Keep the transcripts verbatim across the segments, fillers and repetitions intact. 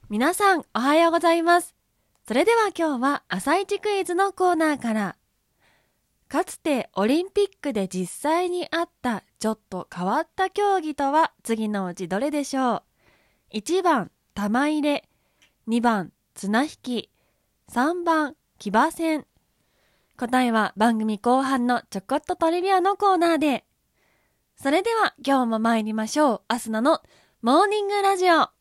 皆さんおはようございます。それでは今日は朝一クイズのコーナーから。かつてオリンピックで実際にあったちょっと変わった競技とは次のうちどれでしょう。いちばん玉入れ、にばん綱引き、さんばん騎馬戦。答えは番組後半のちょこっとトリビアのコーナーで。それでは今日も参りましょう。アスナのモーニングラジオ。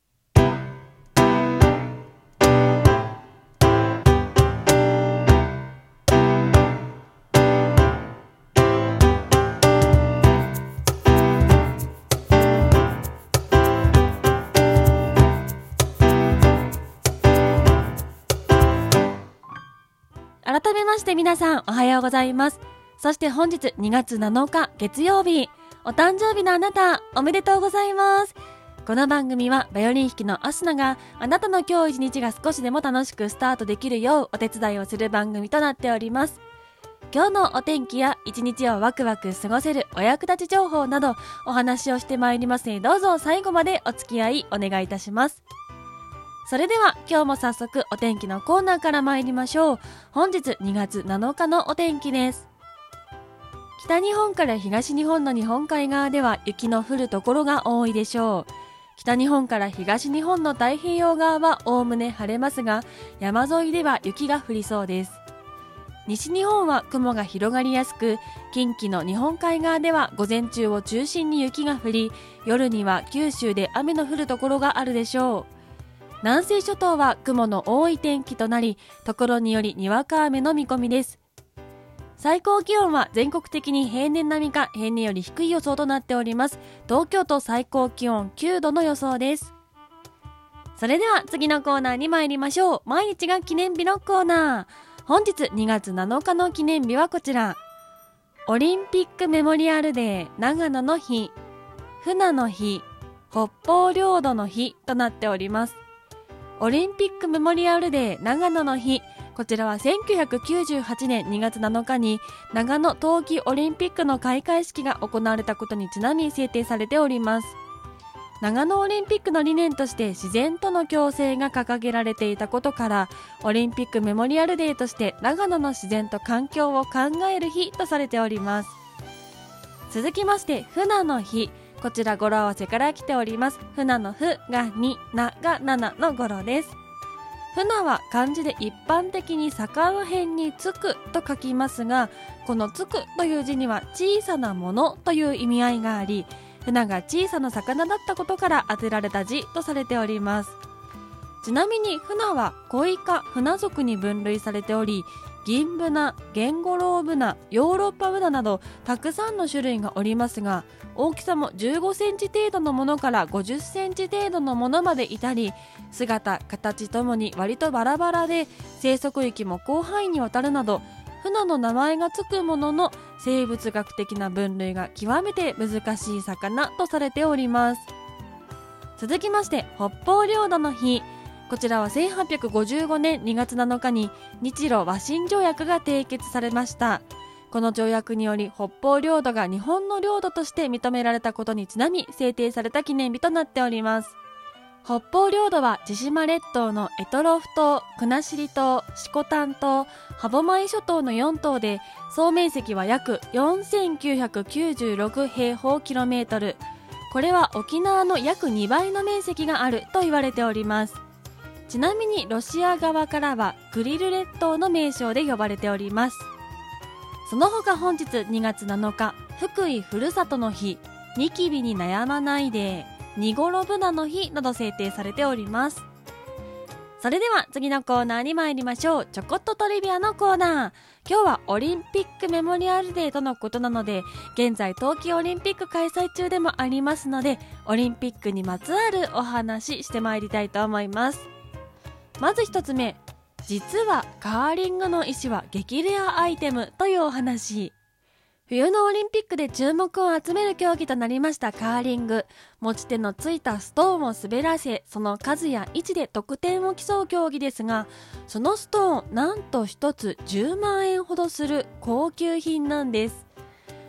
改めまして皆さんおはようございます。そして本日にがつなのか月曜日、お誕生日のあなたおめでとうございます。この番組はバイオリン弾きのアスナがあなたの今日一日が少しでも楽しくスタートできるようお手伝いをする番組となっております。今日のお天気や一日をワクワク過ごせるお役立ち情報などお話をしてまいりますので、どうぞ最後までお付き合いお願いいたします。それでは今日も早速お天気のコーナーから参りましょう。本日にがつなのかのお天気です。北日本から東日本の日本海側では雪の降るところが多いでしょう。北日本から東日本の太平洋側はおおむね晴れますが、山沿いでは雪が降りそうです。西日本は雲が広がりやすく、近畿の日本海側では午前中を中心に雪が降り、夜には九州で雨の降るところがあるでしょう。南西諸島は雲の多い天気となり、ところによりにわか雨の見込みです。最高気温は全国的に平年並みか平年より低い予想となっております。東京都最高気温きゅうどの予想です。それでは次のコーナーに参りましょう。毎日が記念日のコーナー。本日にがつなのかの記念日はこちら。オリンピックメモリアルデー長野の日、船の日、北方領土の日となっております。オリンピックメモリアルデー長野の日、こちらはせんきゅうひゃくきゅうじゅうはちねんにがつなのかに長野冬季オリンピックの開会式が行われたことにちなみ制定されております。長野オリンピックの理念として自然との共生が掲げられていたことから、オリンピックメモリアルデーとして長野の自然と環境を考える日とされております。続きまして船の日、こちら語呂合わせから来ております。船のふがに、ながななの語呂です。船は漢字で一般的に坂の辺につくと書きますが、このつくという字には小さなものという意味合いがあり、船が小さな魚だったことから当てられた字とされております。ちなみに船はコイ科船属に分類されており、銀ブナ、ゲンゴロウブナ、ヨーロッパブナなどたくさんの種類がおりますが、大きさもじゅうごセンチ程度のものからごじゅっセンチ程度のものまでいたり、姿、形ともに割とバラバラで、生息域も広範囲にわたるなど、船の名前がつくものの生物学的な分類が極めて難しい魚とされております。続きまして北方領土の日、こちらはせんはっぴゃくごじゅうごねんにがつなのかに日露和親条約が締結されました。この条約により北方領土が日本の領土として認められたことにちなみ制定された記念日となっております。北方領土は千島列島の択捉島、国後島、色丹島、歯舞諸島のよん島で、総面積は約よんせんきゅうひゃくきゅうじゅうろくへいほうキロメートル。これは沖縄の約にばいの面積があると言われております。ちなみにロシア側からはクリル列島の名称で呼ばれております。その他本日にがつなのか、福井ふるさとの日、ニキビに悩まないで、ニゴロブナの日など制定されております。それでは次のコーナーに参りましょう。ちょこっとトリビアのコーナー。今日はオリンピックメモリアルデーとのことなので、現在冬季オリンピック開催中でもありますので、オリンピックにまつわるお話してまいりたいと思います。まず一つ目、実はカーリングの石は激レアアイテムというお話。冬のオリンピックで注目を集める競技となりましたカーリング。持ち手のついたストーンを滑らせ、その数や位置で得点を競う競技ですが、そのストーンなんと一つじゅうまんえんほどする高級品なんです。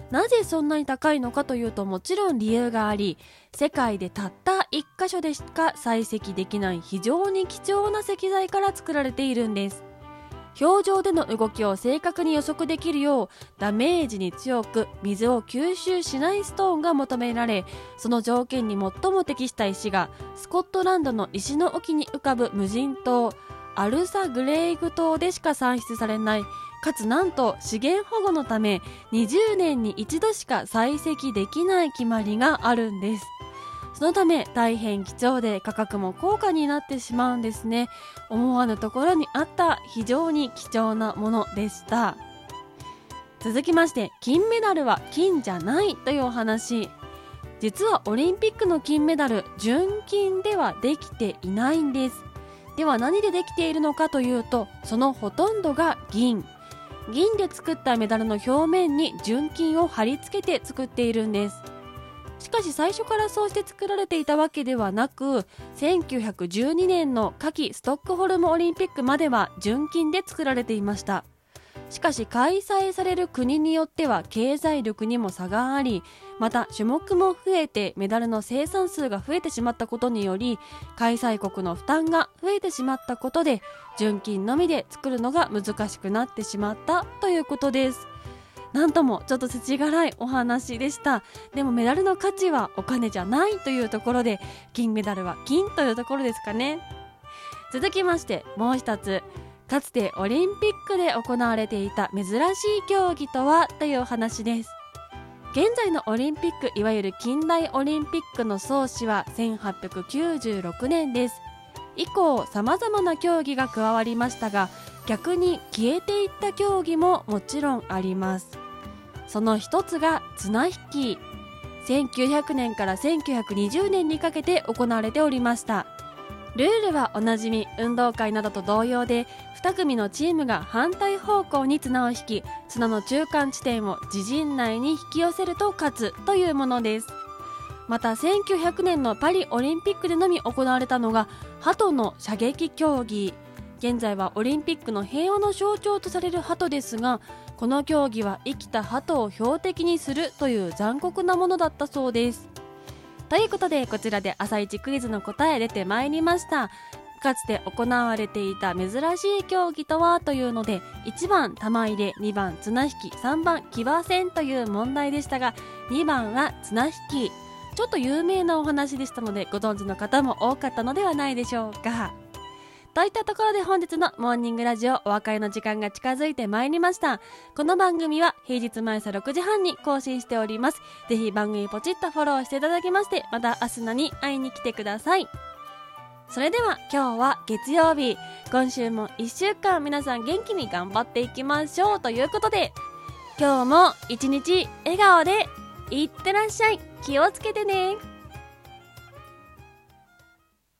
なぜそんなに高いのかというと、もちろん理由があり、世界でたったいっかしょでしか採石できない非常に貴重な石材から作られているんです。氷上での動きを正確に予測できるよう、ダメージに強く水を吸収しないストーンが求められ、その条件に最も適した石がスコットランドの石の沖に浮かぶ無人島アルサグレイグ島でしか産出されない、かつなんと資源保護のためにじゅうねんに一度しか採石できない決まりがあるんです。そのため大変貴重で価格も高価になってしまうんですね。思わぬところにあった非常に貴重なものでした。続きまして、金メダルは金じゃないというお話。実はオリンピックの金メダル、純金ではできていないんです。では何でできているのかというと、そのほとんどが銀。銀で作ったメダルの表面に純金を貼り付けて作っているんです。しかし最初からそうして作られていたわけではなく、せんきゅうひゃくじゅうにねんの夏季ストックホルムオリンピックまでは純金で作られていました。しかし開催される国によっては経済力にも差があり、また種目も増えてメダルの生産数が増えてしまったことにより、開催国の負担が増えてしまったことで、純金のみで作るのが難しくなってしまったということです。なんともちょっと世知辛いお話でした。でもメダルの価値はお金じゃないというところで、金メダルは金というところですかね。続きましてもう一つ、かつてオリンピックで行われていた珍しい競技とはというお話です。現在のオリンピック、いわゆる近代オリンピックの創始はせんはっぴゃくきゅうじゅうろくねんです。以降様々な競技が加わりましたが、逆に消えていった競技ももちろんあります。その一つが綱引き。せんきゅうひゃくねんからせんきゅうひゃくにじゅうねんにかけて行われておりました。ルールはおなじみ運動会などと同様で、に組のチームが反対方向に綱を引き、綱の中間地点を自陣内に引き寄せると勝つというものです。またせんきゅうひゃくねんのパリオリンピックでのみ行われたのが鳩の射撃競技。現在はオリンピックの平和の象徴とされる鳩ですが、この競技は生きた鳩を標的にするという残酷なものだったそうです。ということで、こちらで朝一クイズの答え出てまいりました。かつて行われていた珍しい競技とはというので、いちばん玉入れ、にばん綱引き、さんばん騎馬戦という問題でしたが、にばんは綱引き。ちょっと有名なお話でしたので、ご存知の方も多かったのではないでしょうか。といったところで本日のモーニングラジオ、お別れの時間が近づいてまいりました。この番組は平日毎朝ろくじはんに更新しております。ぜひ番組ポチッとフォローしていただきまして、また明日のに会いに来てください。それでは今日は月曜日、今週もいっしゅうかん皆さん元気に頑張っていきましょうということで、今日も一日笑顔でいってらっしゃい。気をつけてね。